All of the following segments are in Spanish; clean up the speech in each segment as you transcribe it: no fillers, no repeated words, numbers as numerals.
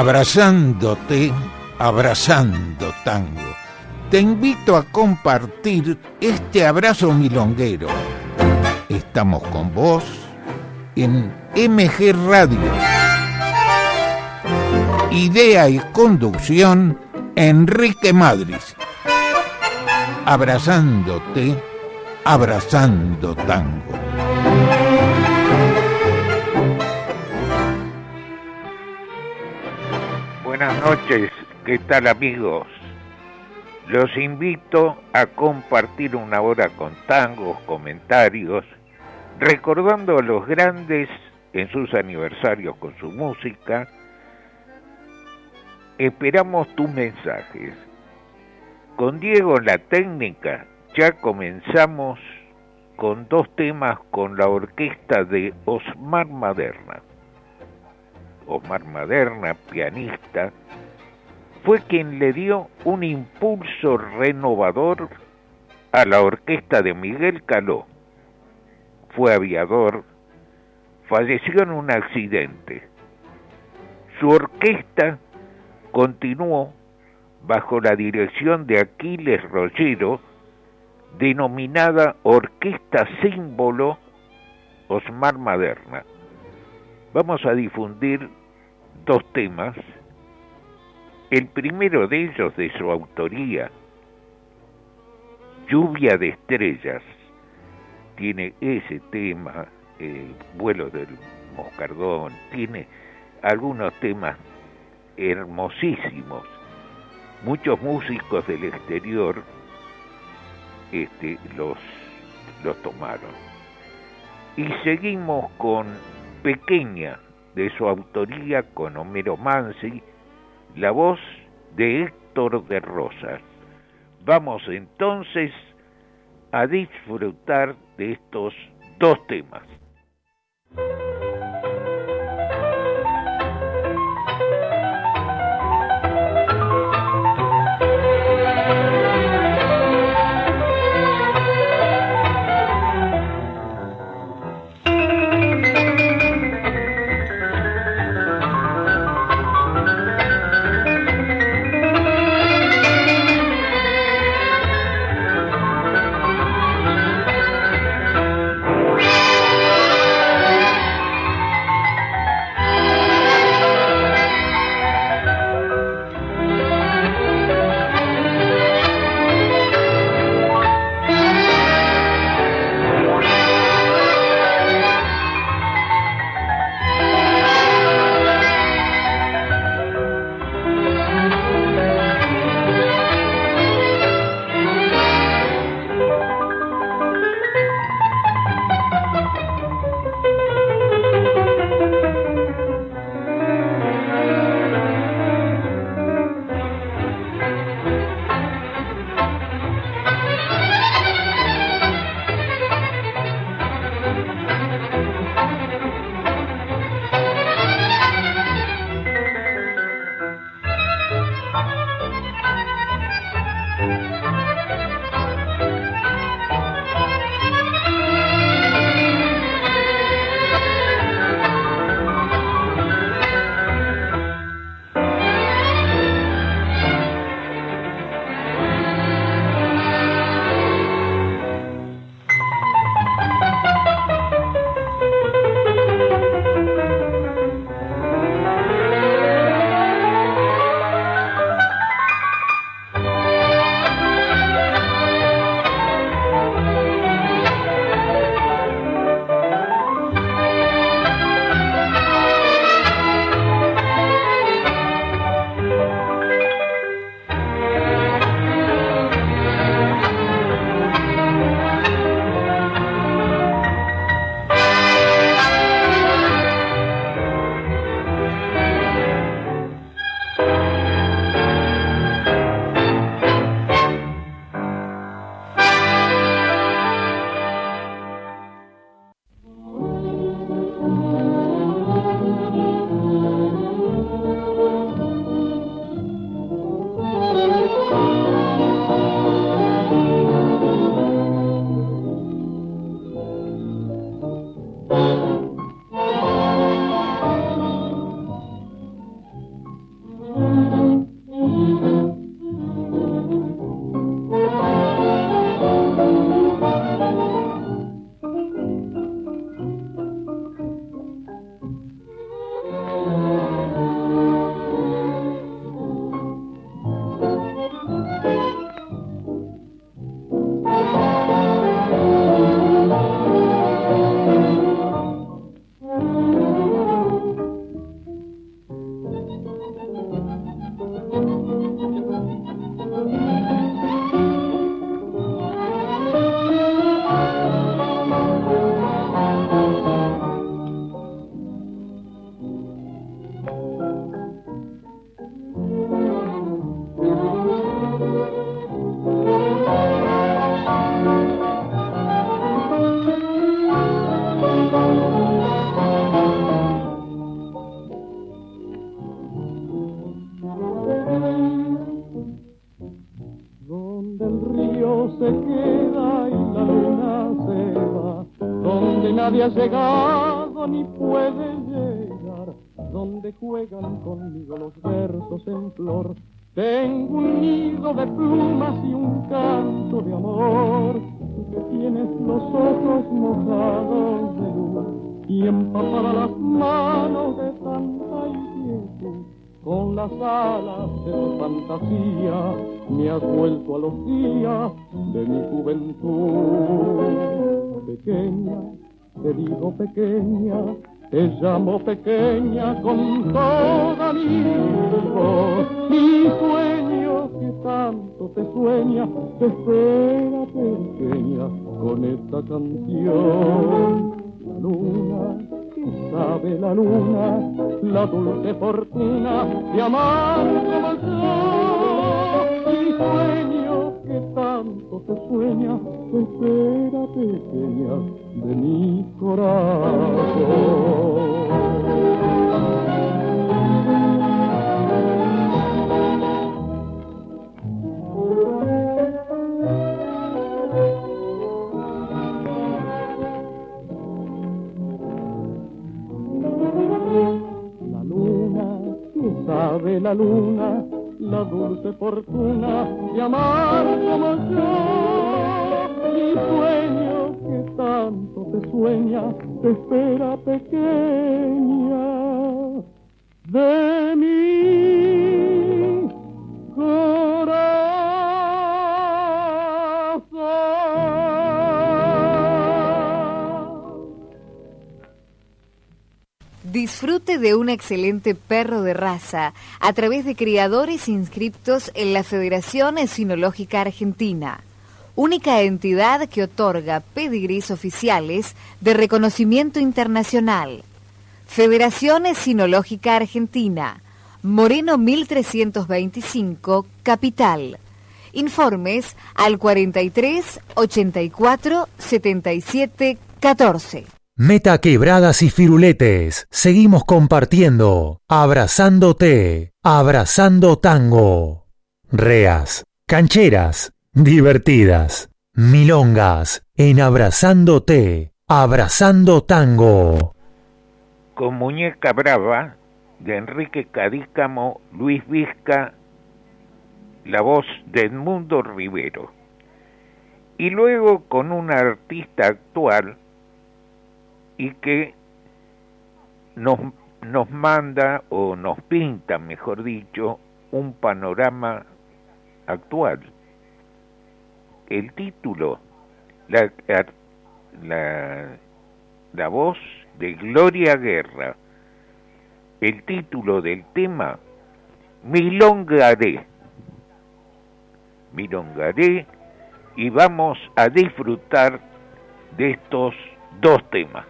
Abrazándote, abrazando tango. Te invito a compartir este abrazo milonguero. Estamos con vos en MG Radio. Idea y conducción, Enrique Madris. Abrazándote, abrazando tango. Buenas noches, ¿qué tal amigos? Los invito a compartir una hora con tangos, comentarios, recordando a los grandes en sus aniversarios con su música. Esperamos tus mensajes. Con Diego en la técnica ya comenzamos con dos temas con la orquesta de Osmar Maderna. Osmar Maderna, pianista, fue quien le dio un impulso renovador a la orquesta de Miguel Caló. Fue aviador, falleció en un accidente. Su orquesta continuó bajo la dirección de Aquiles Rollero, denominada Orquesta Símbolo Osmar Maderna. Vamos a difundir dos temas. El primero de ellos, de su autoría, Lluvia de Estrellas, tiene ese tema, Vuelo del Moscardón, tiene algunos temas hermosísimos. Muchos músicos del exterior los tomaron. Y seguimos con Pequeña, de su autoría, con Homero Manzi, la voz de Héctor de Rosas. Vamos entonces a disfrutar de estos dos temas. donde el río se queda y la luna se va, donde nadie ha llegado ni puede llegar, donde juegan conmigo los versos en flor. Tengo un nido de plumas y un canto de amor, tú que tienes los ojos mojados de luz y empapadas las manos de tanta inquietud. Con las alas de tu fantasía me has vuelto a los días de mi juventud. Pequeña, te digo pequeña, te llamo pequeña con toda mi voz. Mi sueño que tanto te sueña, te espera pequeña con esta canción. La luna, que sabe la luna, la dulce fortuna de amar como yo. Mi sueño que tanto te sueña, te espera pequeña de mi corazón. Sabe la luna, la dulce fortuna de amar como yo. Mi sueño que tanto te sueña, te espera pequeña de mi corazón. Disfrute de un excelente perro de raza a través de criadores inscriptos en la Federación Ecinológica Argentina, única entidad que otorga pedigrís oficiales de reconocimiento internacional. Federación Ecinológica Argentina, Moreno 1325, Capital. Informes al 43 84 77 14. Meta Quebradas y Firuletes. Seguimos compartiendo. Abrazándote. Abrazando tango. Reas. Cancheras. Divertidas. Milongas. En Abrazándote. Abrazando tango. Con Muñeca Brava, de Enrique Cadícamo, Luis Vizca, la voz de Edmundo Rivero. Y luego con una artista actual y que nos manda, o nos pinta, mejor dicho, un panorama actual. El título, la voz de Gloria Guerra. El título del tema, Milongaré. Milongaré, y vamos a disfrutar de estos dos temas.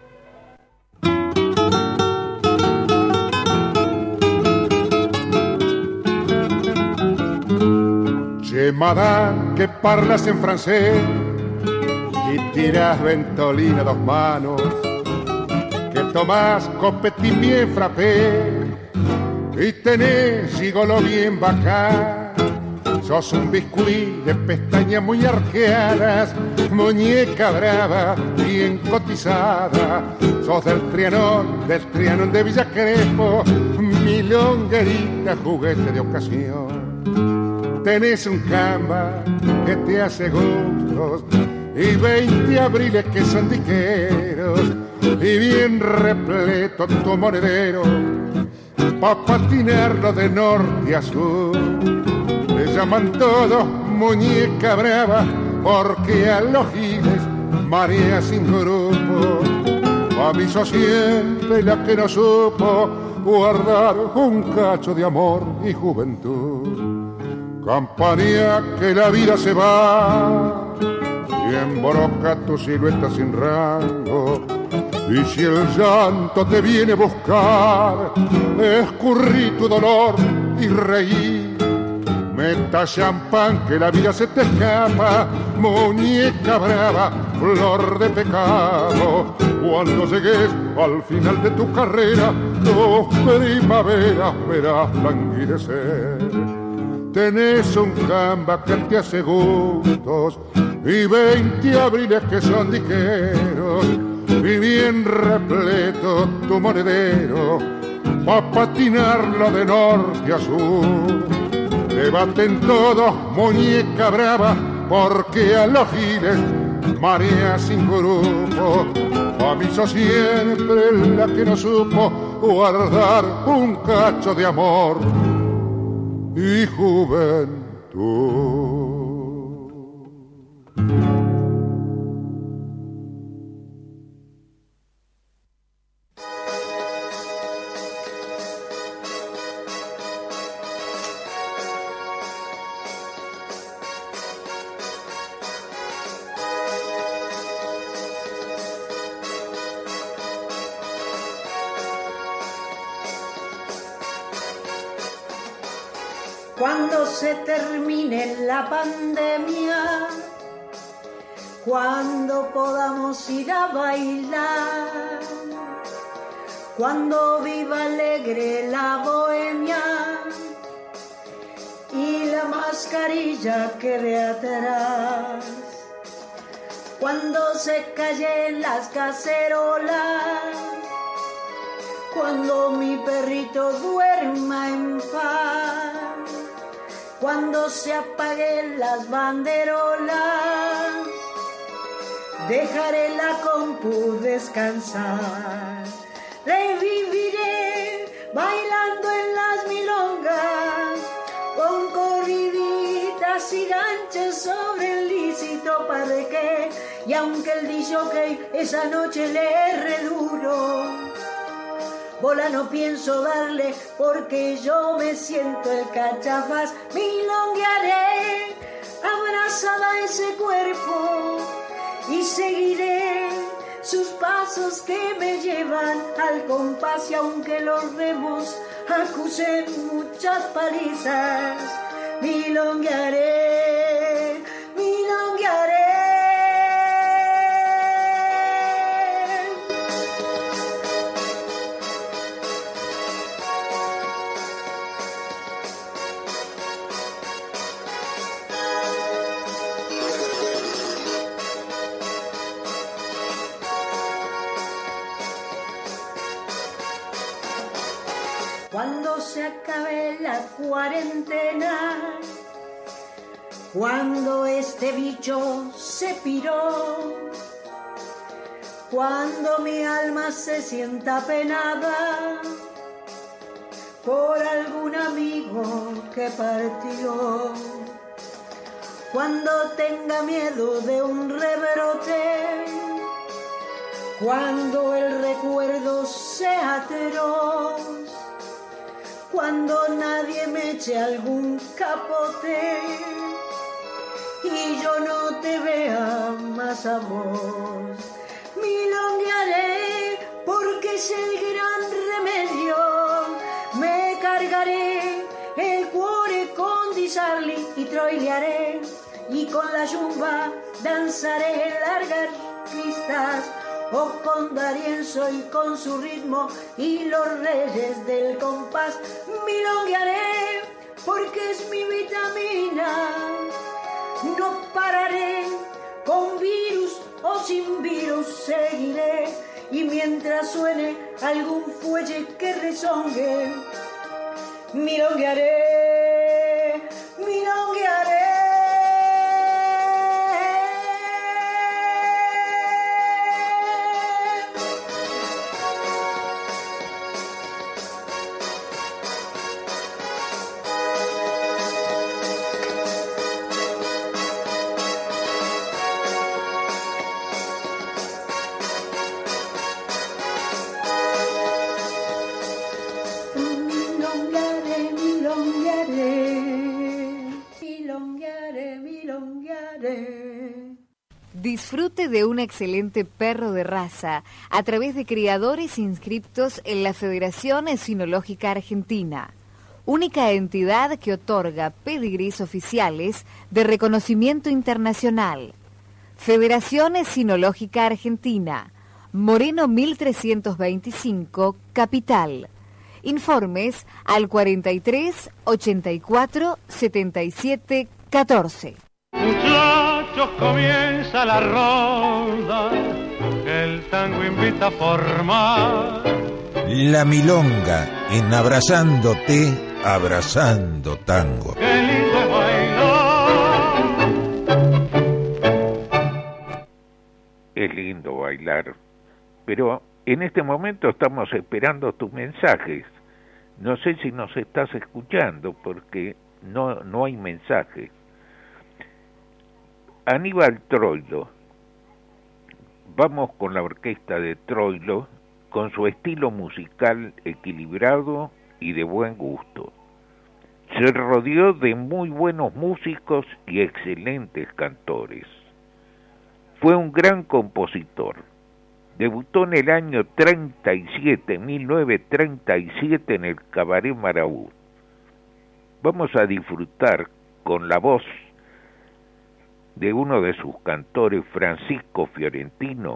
Che madame, que parlas en francés y tiras ventolina a dos manos, que tomás copetín bien frappé y tenés gigolo bien bacán. Sos un biscuit de pestañas muy arqueadas, muñeca brava, bien cotizada. Sos del Trianón de Villa Crespo, milonguerita, juguete de ocasión. Tenés un camba que te hace gustos y 20 abriles que son diqueros y bien repleto tu monedero pa' patinarlo de norte a sur. Te llaman todos muñeca brava porque a los giles marea sin grupo. A mí sos siempre la que no supo guardar un cacho de amor y juventud. Campanilla que la vida se va y embroca tu silueta sin rango. Y si el llanto te viene a buscar, escurrí tu dolor y reí. Meta champán que la vida se te escapa, muñeca brava, flor de pecado. Cuando llegues al final de tu carrera, tus primaveras verás languidecer. tenés un Canva que te hace gustos y 20 abriles que son ligeros y bien repleto tu monedero pa' patinarlo de norte a sur. Te baten todos, muñeca brava, porque a los giles marea sin grupo. A mí sos siempre la que no supo guardar un cacho de amor y juventud. Cuando se termine la pandemia, cuando podamos ir a bailar, cuando viva alegre la bohemia y la mascarilla quede atrás, cuando se callen las cacerolas, cuando mi perrito duerma en paz, cuando se apaguen las banderolas, dejaré la compu descansar. Reviviré bailando en las milongas, con corriditas y ganchos sobre el lícito parqué. Y aunque el disjockey esa noche le erre duro, bola no pienso darle porque yo me siento el cachafaz. Milonguearé abrazada a ese cuerpo y seguiré sus pasos que me llevan al compás. Y aunque los remos acusen muchas palizas, milonguearé, milonguearé. Cuando se acabe la cuarentena, cuando este bicho se piró, cuando mi alma se sienta penada por algún amigo que partió, cuando tenga miedo de un rebrote, cuando el recuerdo sea atroz, cuando nadie me eche algún capote y yo no te vea más amor, milonguearé porque es el gran remedio. Me cargaré el cuore con Di Sarli y troilearé, y con la yumba danzaré en largas pistas, o con D'Arienzo y con su ritmo y los reyes del compás. Milonguearé porque es mi vitamina. No pararé, con virus o sin virus seguiré, y mientras suene algún fuelle que rezongue, milonguearé, milonguearé. Disfrute de un excelente perro de raza a través de criadores inscriptos en la Federación Ecinológica Argentina, única entidad que otorga pedigrís oficiales de reconocimiento internacional. Federación Ecinológica Argentina, Moreno 1325, Capital. Informes al 43 84 77 14. Muchachos, comienza la ronda, el tango invita a formar. La milonga en Abrazándote, Abrazando Tango. Qué lindo es bailar. Es lindo bailar, pero en este momento estamos esperando tus mensajes. No sé si nos estás escuchando porque no hay mensajes. Aníbal Troilo. Vamos con la orquesta de Troilo, con su estilo musical equilibrado y de buen gusto. Se rodeó de muy buenos músicos y excelentes cantores. Fue un gran compositor. Debutó en el año 1937, en el Cabaret Marabú. Vamos a disfrutar con la voz de uno de sus cantores, Francisco Fiorentino,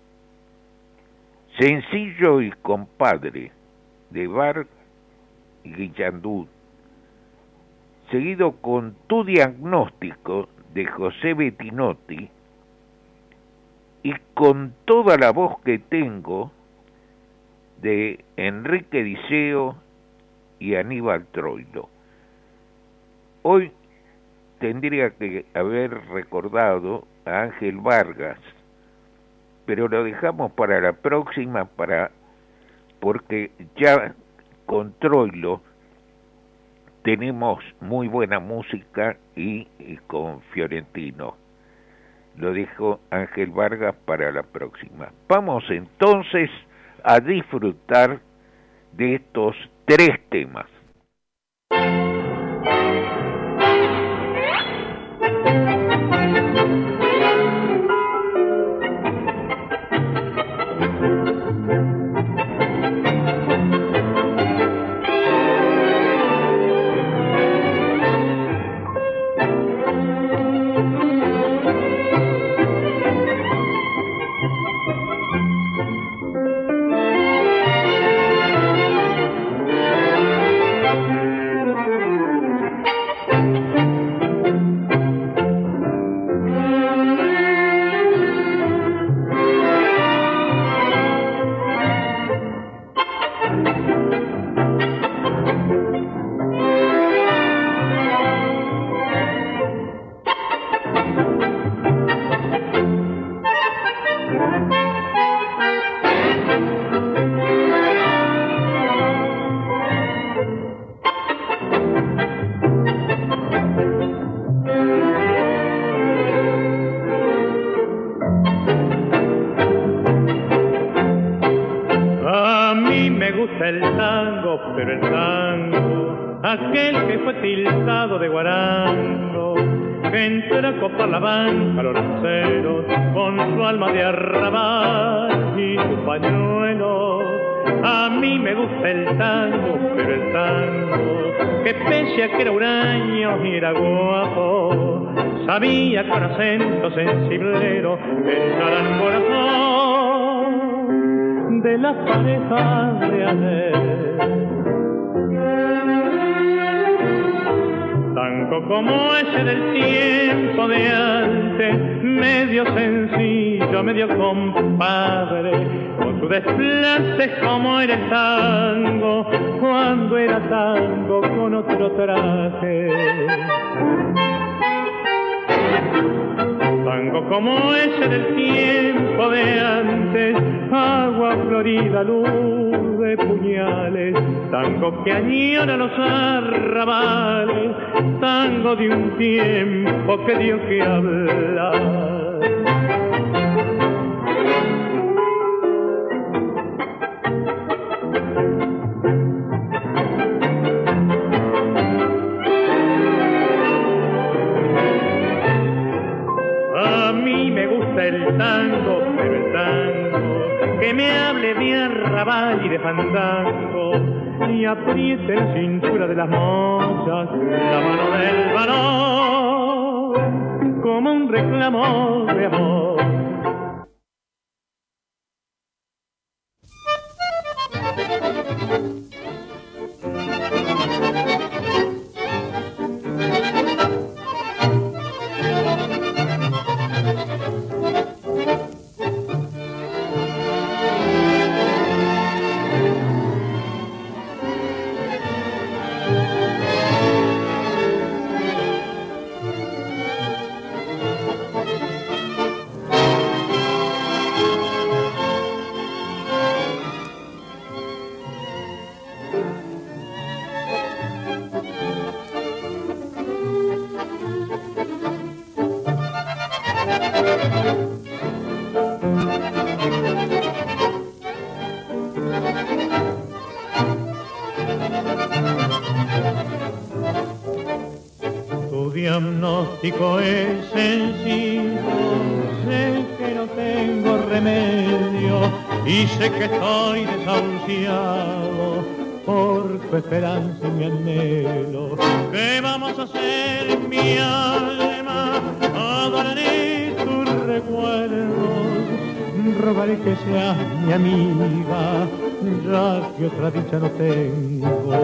Sencillo y Compadre, de Bar y Guillandú, seguido con Tu Diagnóstico, de José Bettinotti, y Con Toda la Voz que Tengo, de Enrique Diceo y Aníbal Troilo. Hoy tendría que haber recordado a Ángel Vargas, pero lo dejamos para la próxima, porque ya con Troilo tenemos muy buena música y con Fiorentino. Lo dejo Ángel Vargas para la próxima. Vamos entonces a disfrutar de estos 3 temas. El tango, pero el tango, aquel que fue tildado de guarango, que entró a copar la banca los lanceros con su alma de arrabal y su pañuelo. A mí me gusta el tango, pero el tango, que pese a que era huraño y era guapo, sabía con acento sensiblero echar al corazón de las parejas de ayer. Tango como ese del tiempo de antes, medio sencillo, medio compadre, con su desplante como era el tango, cuando era tango con otro traje. Tango como ese del tiempo de antes, agua florida, luz de puñales, tango que añora los arrabales, tango de un tiempo que dio que hablar. El tango, pero el tango que me hable de arrabal y de fandango y apriete la cintura de las mozas la mano del varón como un reclamo de amor. Tu diagnóstico es sencillo, sé que no tengo remedio y sé que estoy desahuciado por tu esperanza y mi anhelo. ¿Qué vamos a hacer, mi alma? Adoraré tus recuerdos, rogaré que seas mi amiga, ya que otra dicha no tengo.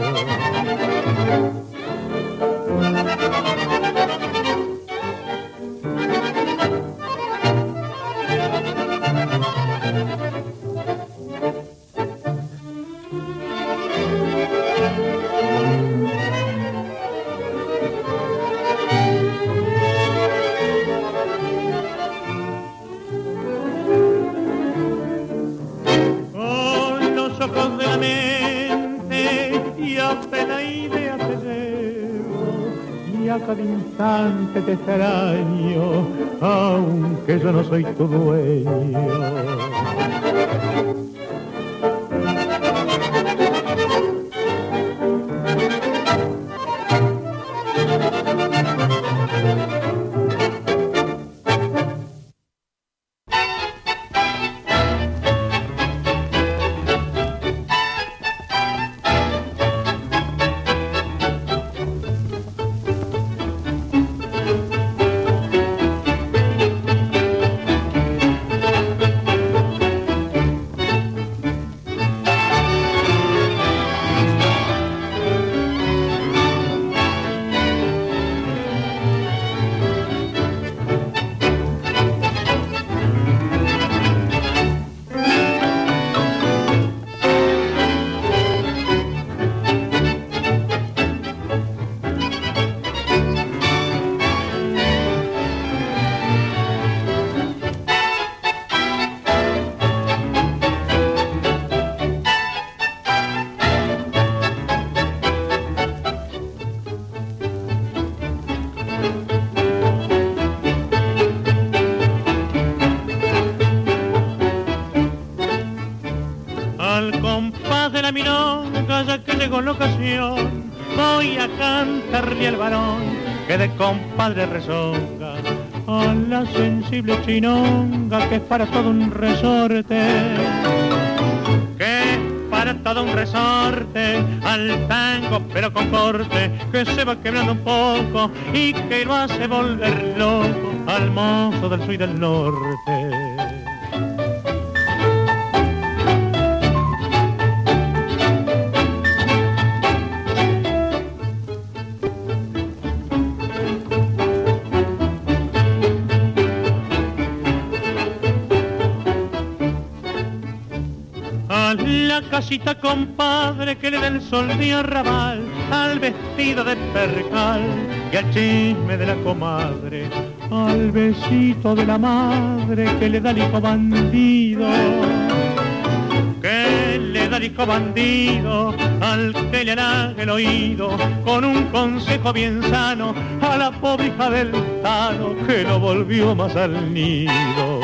Cada instante te extraño, aunque yo no soy tu dueño. La ocasión, voy a cantarle al varón que de compadre rezonga a la sensible chinonga que es para todo un resorte, que es para todo un resorte, al tango pero con corte, que se va quebrando un poco y que lo hace volver loco al mozo del sur y del norte. Casita compadre que le da el sol de arrabal al vestido de percal y al chisme de la comadre, al besito de la madre que le da el hijo bandido, que le da el hijo bandido al que le halaga el oído con un consejo bien sano a la pobre hija del Tano que no volvió más al nido.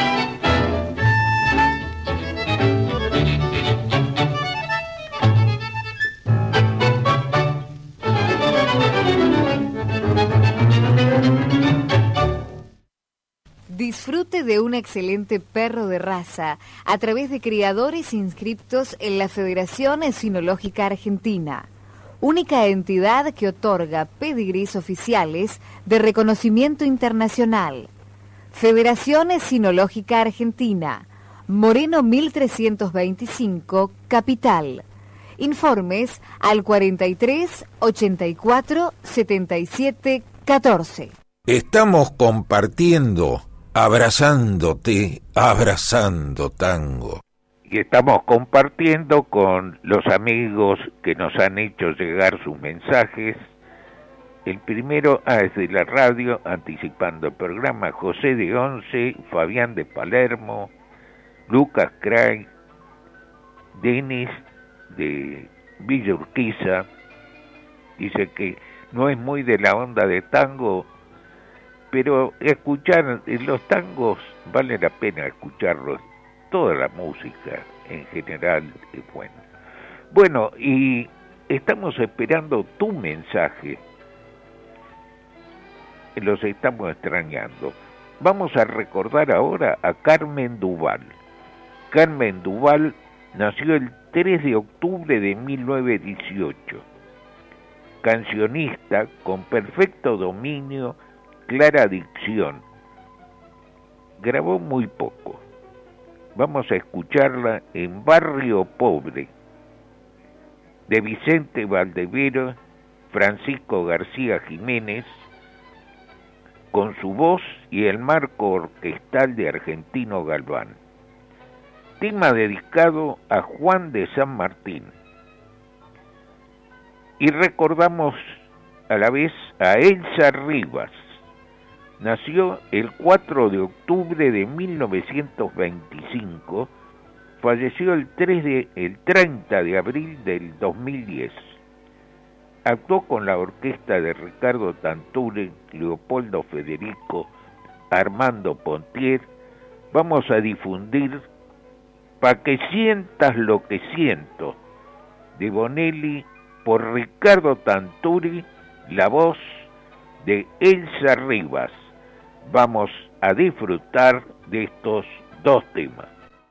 Disfrute de un excelente perro de raza a través de criadores inscriptos en la Federación Ecinológica Argentina, única entidad que otorga pedigrís oficiales de reconocimiento internacional. Federación Ecinológica Argentina, Moreno 1325, Capital. Informes al 43 84 77 14. Estamos compartiendo Abrazándote, Abrazando Tango. Y estamos compartiendo con los amigos que nos han hecho llegar sus mensajes. El primero es de la radio, anticipando el programa, José de Once, Fabián de Palermo, Lucas Cray, Denis de Villa Urquiza. Dice que no es muy de la onda de tango, pero escuchar los tangos vale la pena escucharlos, toda la música en general es buena. Bueno, y estamos esperando tu mensaje, los estamos extrañando. Vamos a recordar ahora a Carmen Duval. Carmen Duval nació el 3 de octubre de 1918. Cancionista con perfecto dominio, clara dicción. Grabó muy poco. Vamos a escucharla en Barrio Pobre, de Vicente Valdevero, Francisco García Jiménez, con su voz y el marco orquestal de Argentino Galván. Tema dedicado a Juan de San Martín. Y recordamos a la vez a Elsa Rivas. Nació el 4 de octubre de 1925, falleció el 30 de abril del 2010. Actuó con la orquesta de Ricardo Tanturi, Leopoldo Federico, Armando Pontier. Vamos a difundir Pa' que sientas lo que siento, de Bonelli, por Ricardo Tanturi, la voz de Elsa Rivas. Vamos a disfrutar de estos dos temas.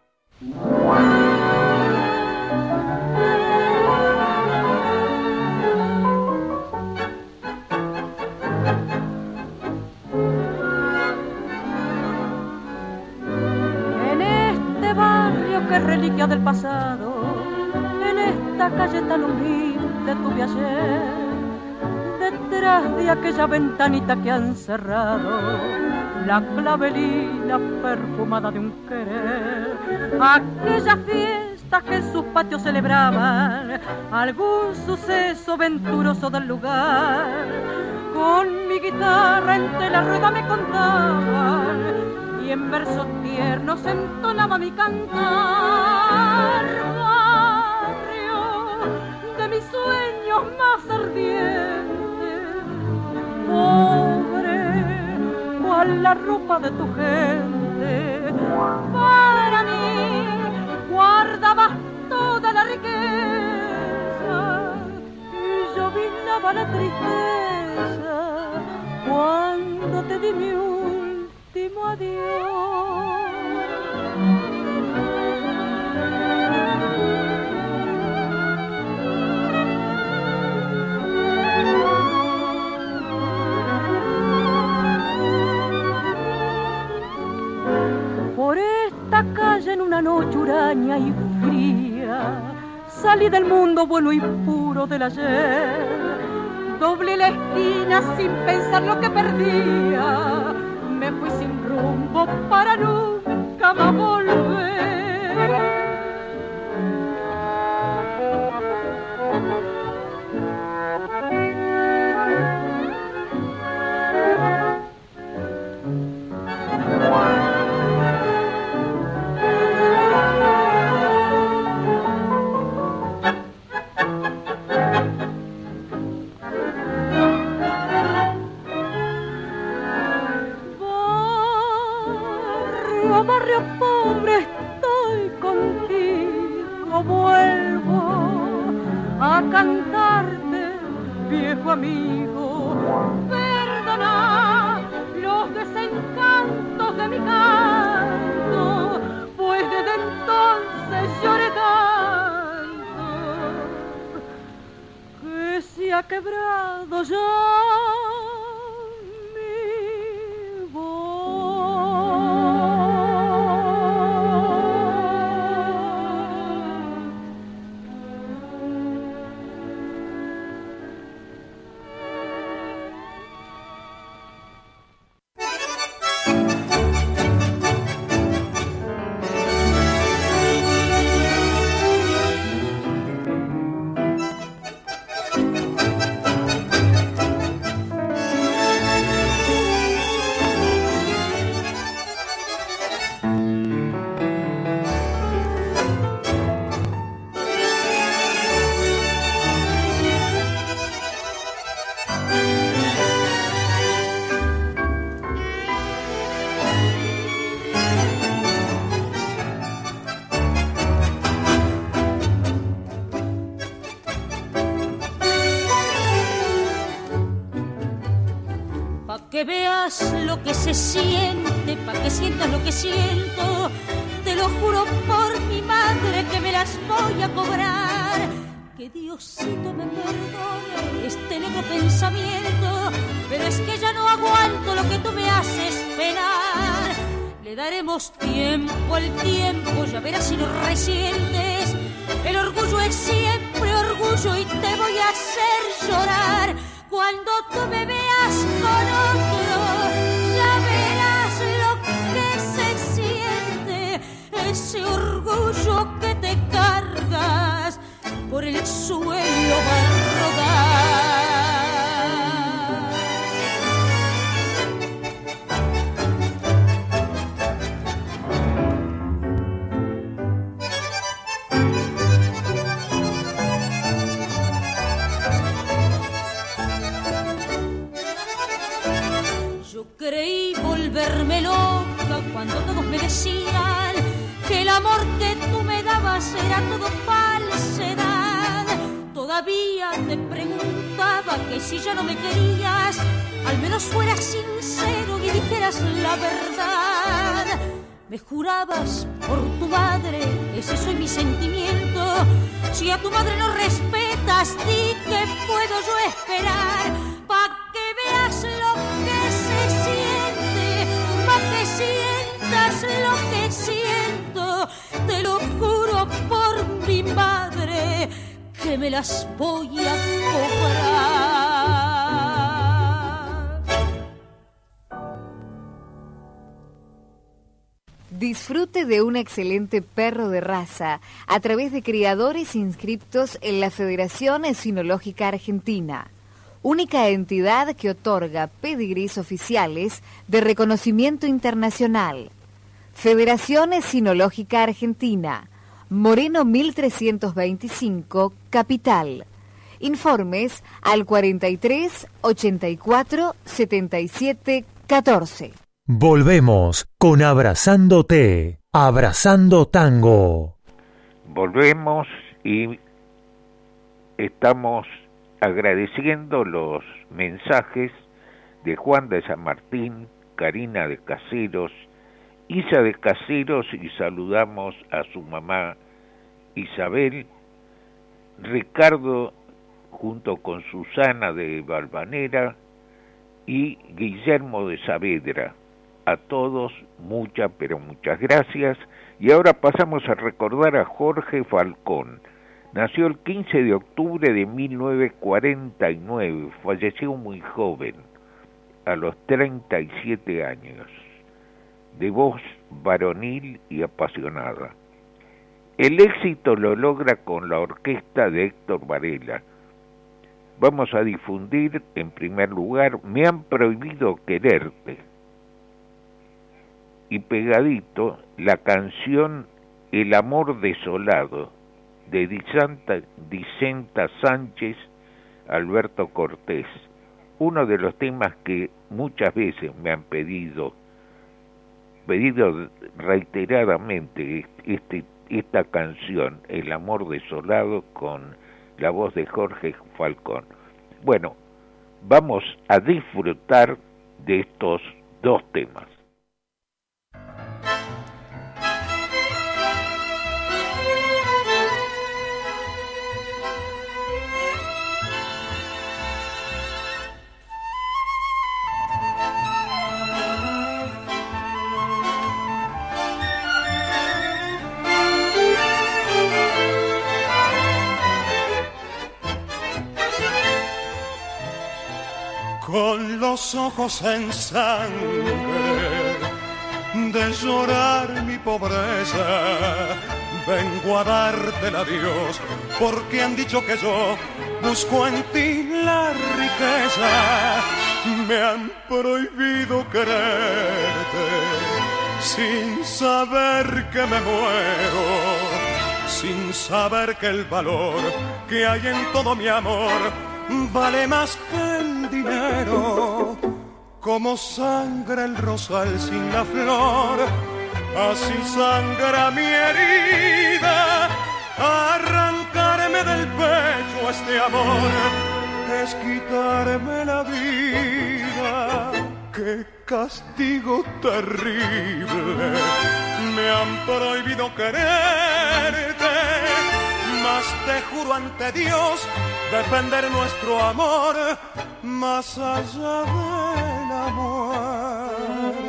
Reliquia del pasado, en esta calle tan humilde tuve ayer, detrás de aquella ventanita que han cerrado, la clavelina perfumada de un querer, aquellas fiestas que en sus patios celebraban, algún suceso venturoso del lugar, con mi guitarra entre la rueda me contaban, y en versos tiernos entonaba mi cantar. Barrio de mis sueños más ardientes, pobre cual la ropa de tu gente, para mí guardabas toda la riqueza y yo vinaba la tristeza cuando te di mi último adiós. Por esta calle en una noche huraña y fría salí del mundo bueno y puro del ayer, doblé la esquina sin pensar lo que perdía, me fui sin rumbo para nunca más volver. Barrio pobre, estoy contigo, vuelvo a cantarte, viejo amigo, perdona los desencantos de mi canto, pues desde entonces lloré tanto que se ha quebrado ya mi voz. que veas lo que se siente, pa' que sientas lo que siento. Te lo juro por mi madre que me las voy a cobrar. Que Diosito me perdone este negro pensamiento, pero es que ya no aguanto lo que tú me haces penar. Le daremos tiempo al tiempo, ya verás si lo resientes. El orgullo es siempre orgullo y te voy a hacer llorar. Cuando tú me veas con otro, ya verás lo que se siente. Ese orgullo que te cargas por el suelo va a rodar. Yo creí volverme loca cuando todos me decían que el amor que tú me dabas era todo falsedad. Todavía te preguntaba que si ya no me querías, al menos fueras sincero y dijeras la verdad. Me jurabas por tu madre, ese soy mi sentimiento. Si a tu madre no respetas, di que puedo yo esperar. Pa' que veas lo que se siente, pa' que sientas lo que siento. Te lo juro por mi madre que me las voy a cobrar. Disfrute de un excelente perro de raza a través de criadores inscriptos en la Federación Equinológica Argentina, única entidad que otorga pedigrís oficiales de reconocimiento internacional. Federación Equinológica Argentina, Moreno 1325, Capital. Informes al 43 84 77 14. Volvemos con Abrazándote, Abrazando Tango. Volvemos y estamos agradeciendo los mensajes de Juan de San Martín, Karina de Caseros, Isa de Caseros, y saludamos a su mamá Isabel, Ricardo junto con Susana de Valvanera y Guillermo de Saavedra. A todos muchas, pero muchas gracias. Y ahora pasamos a recordar a Jorge Falcón. Nació el 15 de octubre de 1949, falleció muy joven, a los 37 años, de voz varonil y apasionada. El éxito lo logra con la orquesta de Héctor Varela. Vamos a difundir, en primer lugar, Me han prohibido quererte. Y pegadito, la canción El amor desolado, de Dicenta Sánchez, Alberto Cortés. Uno de los temas que muchas veces me han pedido reiteradamente, esta canción, El amor desolado, con la voz de Jorge Falcón. Bueno, vamos a disfrutar de estos dos temas. Con los ojos en sangre de llorar mi pobreza, vengo a darte el adiós, porque han dicho que yo busco en ti la riqueza. Me han prohibido quererte sin saber que me muero, sin saber que el valor que hay en todo mi amor vale más que el dinero. Como sangra el rosal sin la flor, así sangra mi herida. Arrancarme del pecho este amor es quitarme la vida. qué castigo terrible. Me han prohibido quererte, mas te juro ante Dios defender nuestro amor más allá de la muerte.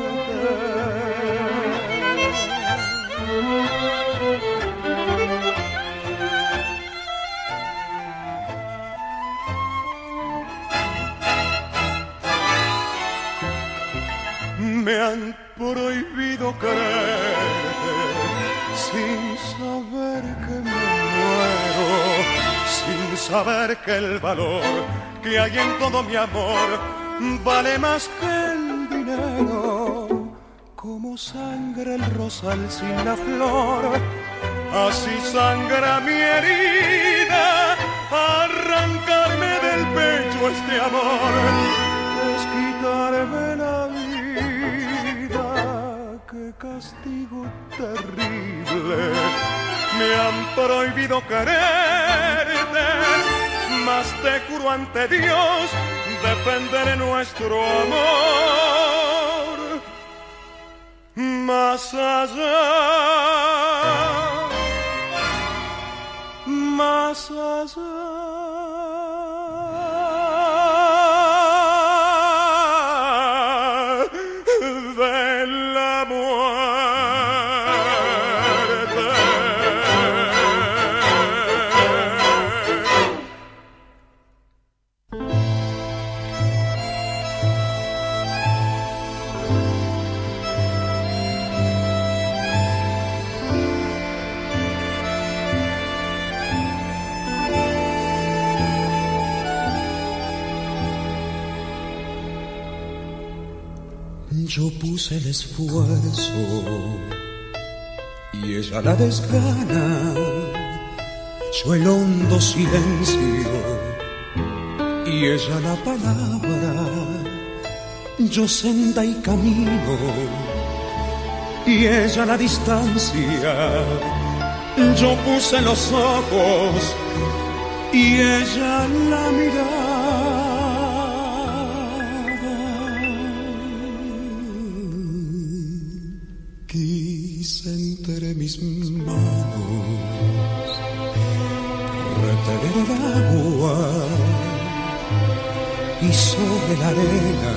Me han prohibido quererte sin saber que me muero, sin saber que el valor que hay en todo mi amor vale más que el dinero. Como sangra el rosal sin la flor, así sangra mi herida. Arrancarme del pecho este amor es quitarme la vida. Qué castigo terrible. Me han prohibido quererte, mas te juro ante Dios defenderé nuestro amor más allá de la muerte. Yo puse el esfuerzo y ella la desgana, yo el hondo silencio y ella la palabra, yo senda y camino y ella la distancia, yo puse los ojos y ella la mirada. Quise entre mis manos retener el agua y sobre la arena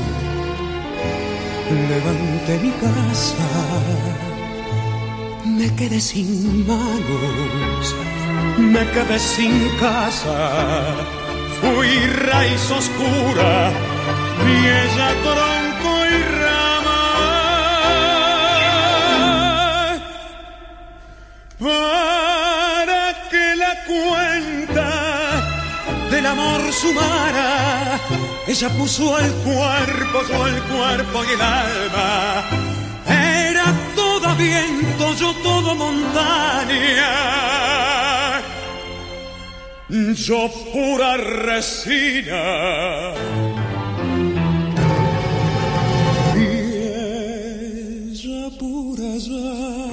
levanté mi casa. Me quedé sin manos, me quedé sin casa. Fui raíz oscura y ella tronco y rama. Para que la cuenta del amor sumara, ella puso el cuerpo, yo el cuerpo y el alma. Era todo viento, yo todo montaña, yo pura resina. Y ella pura llama.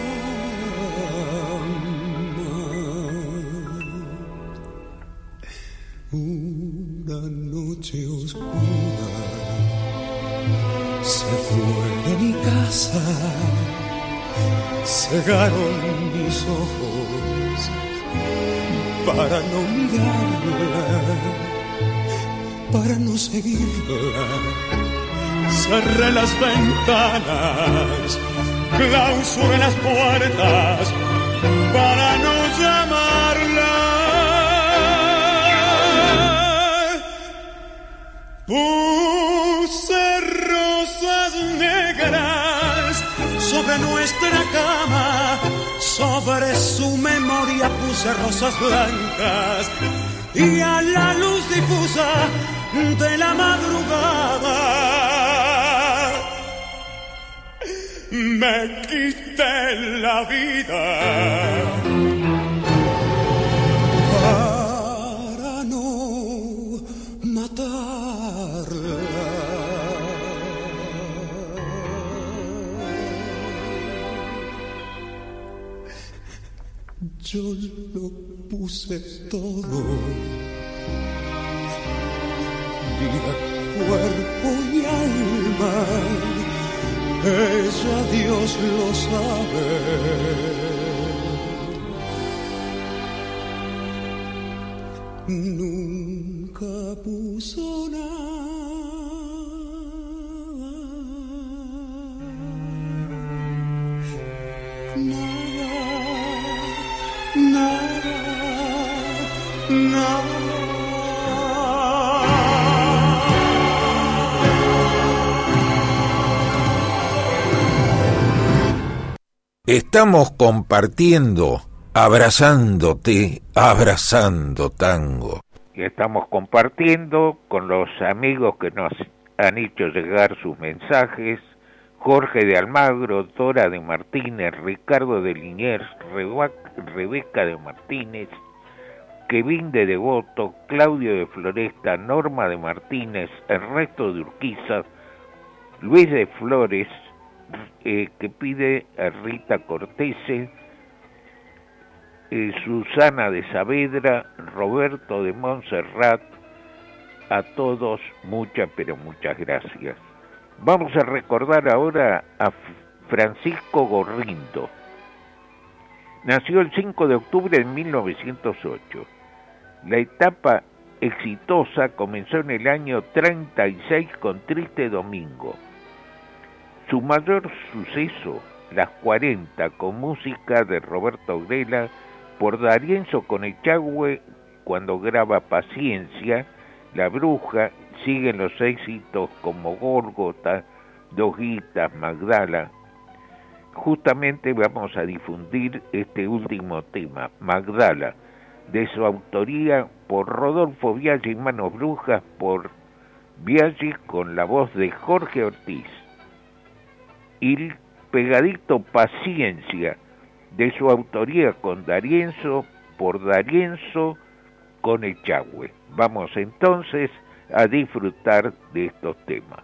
Una noche oscura se fue de mi casa, cegaron mis ojos para no mirarla, para no seguirla. Cerré las ventanas, clausuré las puertas para no llamarla. Puse rosas negras sobre nuestra cama, sobre su memoria puse rosas blancas y a la luz difusa de la madrugada me quité la vida. Para no matarla. Yo lo puse todo, vida, cuerpo y alma. ya Dios lo sabe. Nunca puso Estamos compartiendo, abrazándote, abrazando tango. Y estamos compartiendo con los amigos que nos han hecho llegar sus mensajes: Jorge de Almagro, Dora de Martínez, Ricardo de Liniers, Rebeca de Martínez, Kevin de Devoto, Claudio de Floresta, Norma de Martínez, Ernesto de Urquiza, Luis de Flores, que pide a Rita Cortese, Susana de Saavedra, Roberto de Montserrat. A todos muchas, pero muchas gracias. Vamos a recordar ahora a Francisco Gorrindo. Nació el 5 de octubre de 1908. La etapa exitosa comenzó en el año 36 con Triste Domingo. Su mayor suceso, Las 40, con música de Roberto Grela, por D'Arienzo con Echagüe cuando graba Paciencia, La Bruja. Siguen los éxitos como Górgota, Dos Guitas, Magdala. Justamente vamos a difundir este último tema, Magdala, de su autoría por Rodolfo Biaggi y Manos Brujas, por Biaggi con la voz de Jorge Ortiz. Y pegadito Paciencia, de su autoría con D'Arienzo, por D'Arienzo con Echagüe. Vamos entonces a disfrutar de estos temas.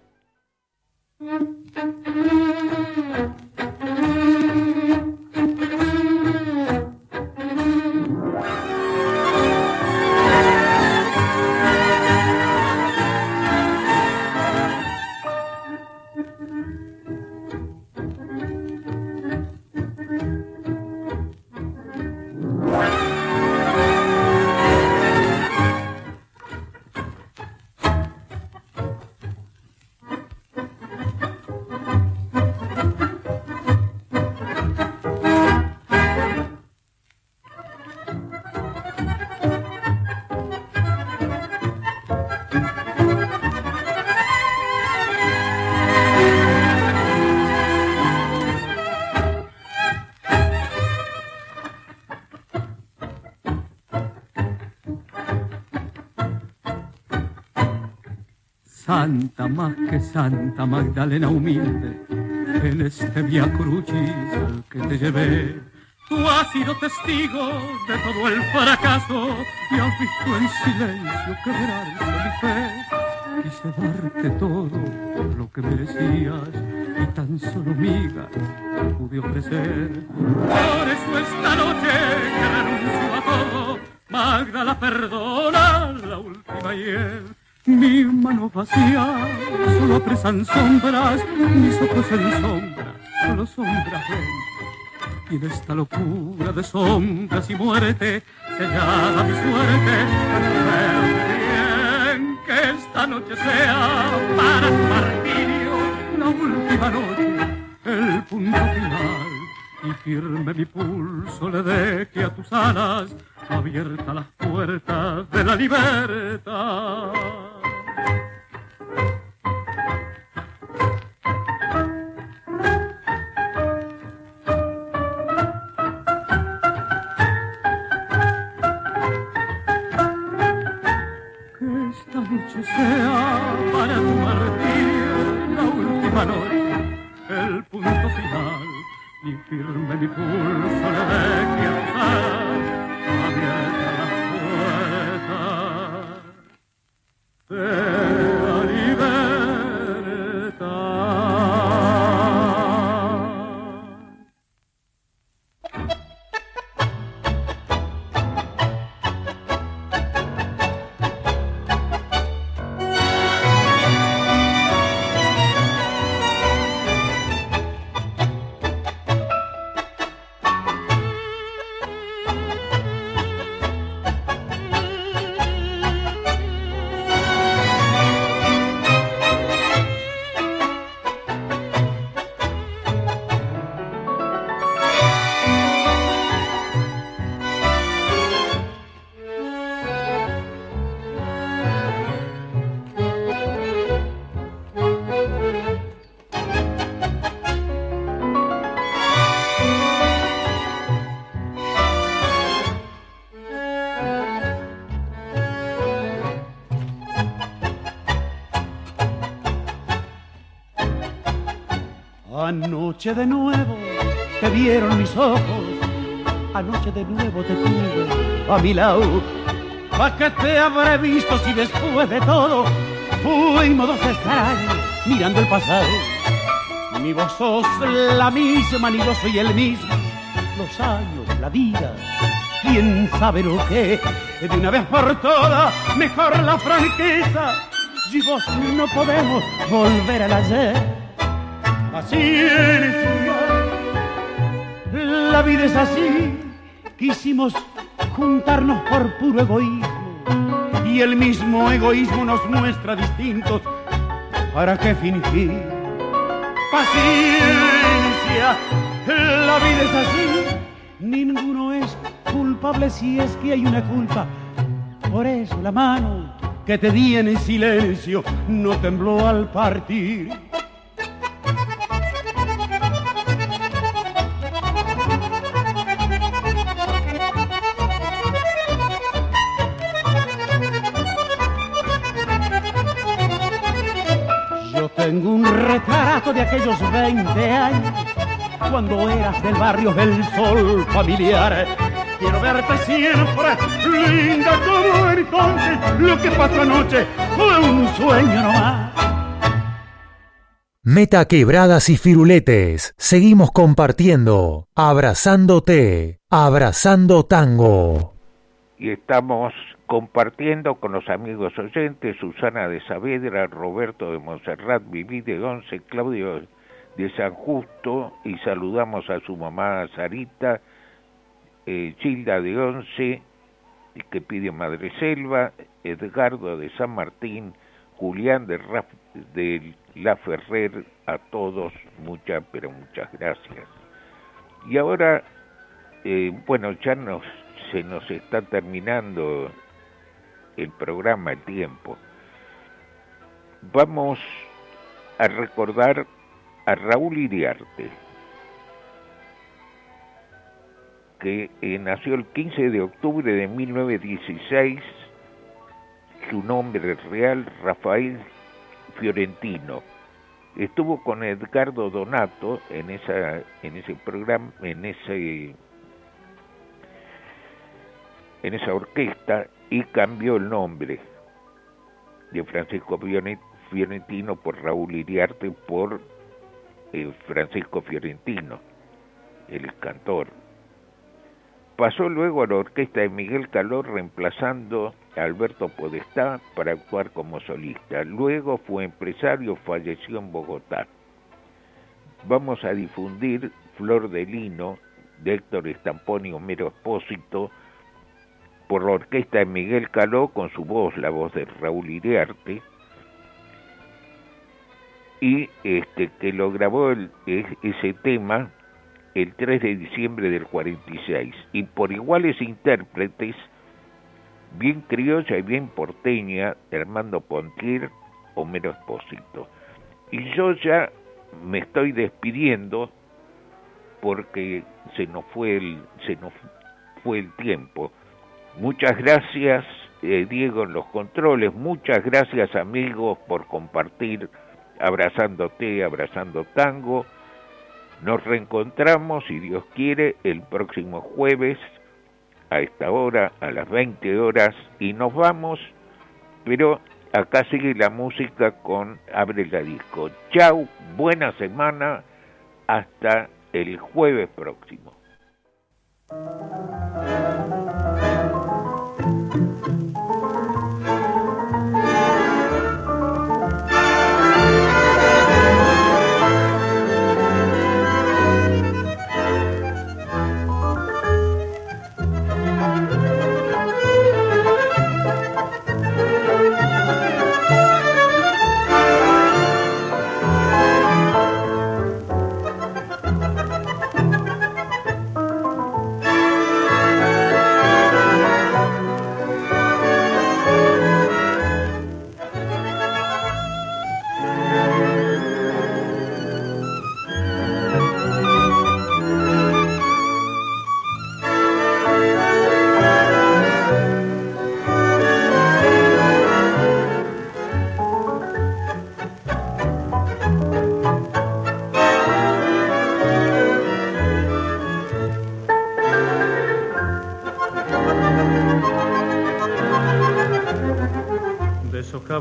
Santa más que Santa Magdalena humilde, en este vía crucis al que te llevé, tú has sido testigo de todo el fracaso y has visto en silencio quebrarse mi fe. Quise darte todo lo que merecías y tan solo migas pude ofrecer. Por eso esta noche que renuncio a todo, Magdala perdona la última hiel. Mi mano vacía solo apresan sombras, mis ojos en sombras, solo sombras ven. Y de esta locura de sombras y muerte sellada mi suerte, bien que esta noche sea para tu martirio la última noche, el punto final. Y firme mi pulso le deje a tus alas abiertas las puertas de la libertad. Que esta noche sea para tu martirio la última noche, el punto final. Y firme mi pulso le deje a tus alas abiertas las puertas de la libertad. Anoche de nuevo te vieron mis ojos, anoche de nuevo te tuve a mi lado. ¿Pa' qué te habré visto si después de todo fuimos dos extraños mirando el pasado? Ni vos sos la misma, ni yo soy el mismo. Los años, la vida, quién sabe lo que. De una vez por todas, mejor la franqueza. Y vos no podemos volver al ayer. Así es, la vida es así. Quisimos juntarnos por puro egoísmo y el mismo egoísmo nos muestra distintos. ¿Para qué fingir? Paciencia, la vida es así. Ninguno es culpable si es que hay una culpa. Por eso la mano que te di en silencio no tembló al partir. Tengo un retrato de aquellos 20 años, cuando eras del barrio del Sol familiar. Quiero verte siempre, linda como entonces. Lo que pasó anoche fue un sueño nomás. Meta quebradas y firuletes. Seguimos compartiendo. Abrazándote. Abrazando Tango. Y estamos compartiendo con los amigos oyentes Susana de Saavedra, Roberto de Montserrat, Viví de Once, Claudio de San Justo, y saludamos a su mamá Sarita, Gilda de Once, que pide Madre Selva, Edgardo de San Martín, Julián de La Ferrer, a todos muchas, pero muchas gracias. Y ahora, bueno, ya se nos está terminando el programa, el tiempo. Vamos a recordar a Raúl Iriarte, que nació el 15 de octubre de 1916, su nombre real Rafael Fiorentino. Estuvo con Edgardo Donato en ese programa, en esa orquesta, y cambió el nombre de Francisco Fiorentino por Raúl Iriarte por Francisco Fiorentino, el cantor. Pasó luego a la orquesta de Miguel Caló, reemplazando a Alberto Podestá para actuar como solista. Luego fue empresario, falleció en Bogotá. Vamos a difundir Flor de Lino, de Héctor Estampón y Homero Espósito, por la orquesta de Miguel Caló, con su voz, la voz de Raúl Iriarte, y que lo grabó ese tema el 3 de diciembre del 46, y por iguales intérpretes, bien criolla y bien porteña, Armando Pontier, Homero Espósito. Y yo ya me estoy despidiendo porque se nos fue el tiempo. Muchas gracias, Diego, en los controles. Muchas gracias, amigos, por compartir Abrazándote, Abrazando Tango. Nos reencontramos, si Dios quiere, el próximo jueves a esta hora, a las 20 horas, y nos vamos, pero acá sigue la música con Abre la Disco. Chau, buena semana, hasta el jueves próximo.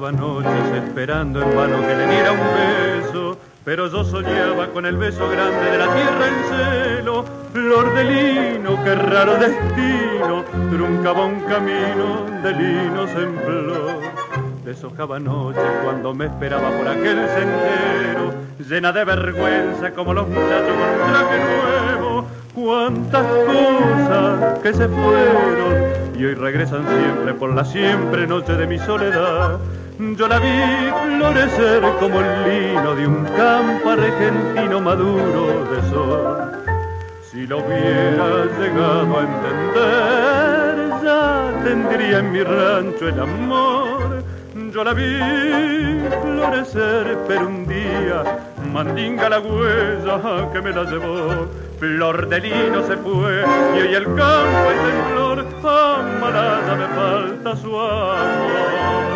Pasaba noches esperando en vano que le diera un beso, pero yo soñaba con el beso grande de la tierra en celo. Flor de lino, qué raro destino, truncaba un camino de linos en flor. Deshojaba noches cuando me esperaba por aquel sendero, llena de vergüenza como los muchachos con un traje nuevo. Cuántas cosas que se fueron y hoy regresan siempre por la siempre noche de mi soledad. Yo la vi florecer como el lino de un campo argentino maduro de sol. Si lo hubiera llegado a entender, ya tendría en mi rancho el amor. Yo la vi florecer, pero un día mandinga la huella que me la llevó. Flor de lino se fue y hoy el campo es en flor. Amarada me falta su amor.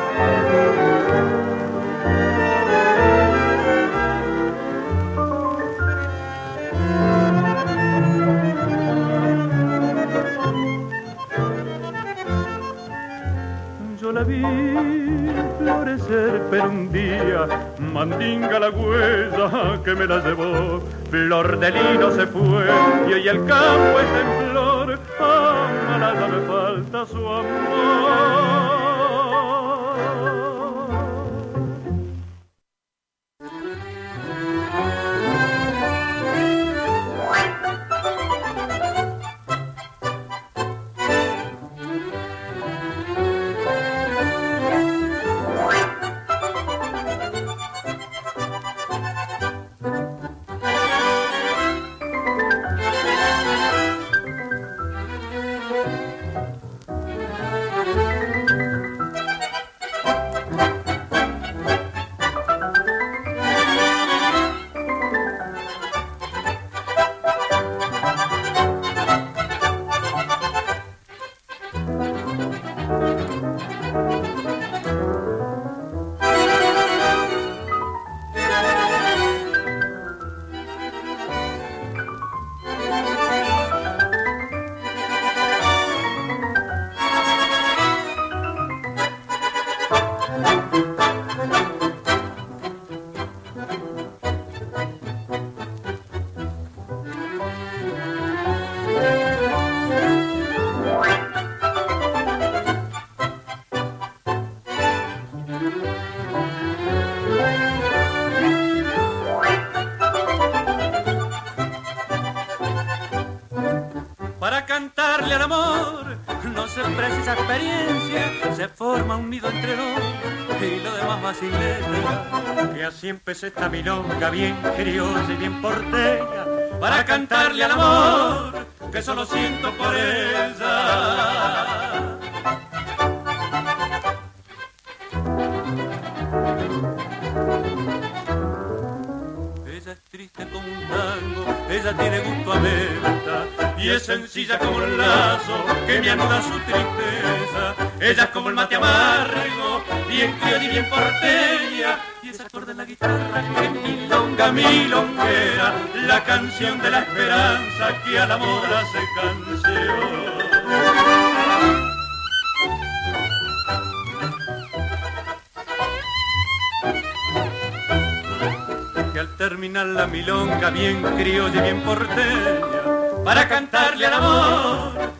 Yo la vi florecer, pero un día mandinga la huella que me la llevó. Flor de lino se fue y hoy el campo es en flor. Amarada me falta su amor. Así empecé esta milonga bien criolla y bien porteña, para cantarle al amor que solo siento por ella. Ella es triste como un tango, ella tiene gusto a menta y es sencilla como el lazo que me anuda su tristeza. Ella es como el mate amargo, bien criolla y bien porteña, y ese acorde en la guitarra que milonga, milonguera, la canción de la esperanza que al amor hace canción. Que al terminar la milonga bien criolla y bien porteña, para cantarle al amor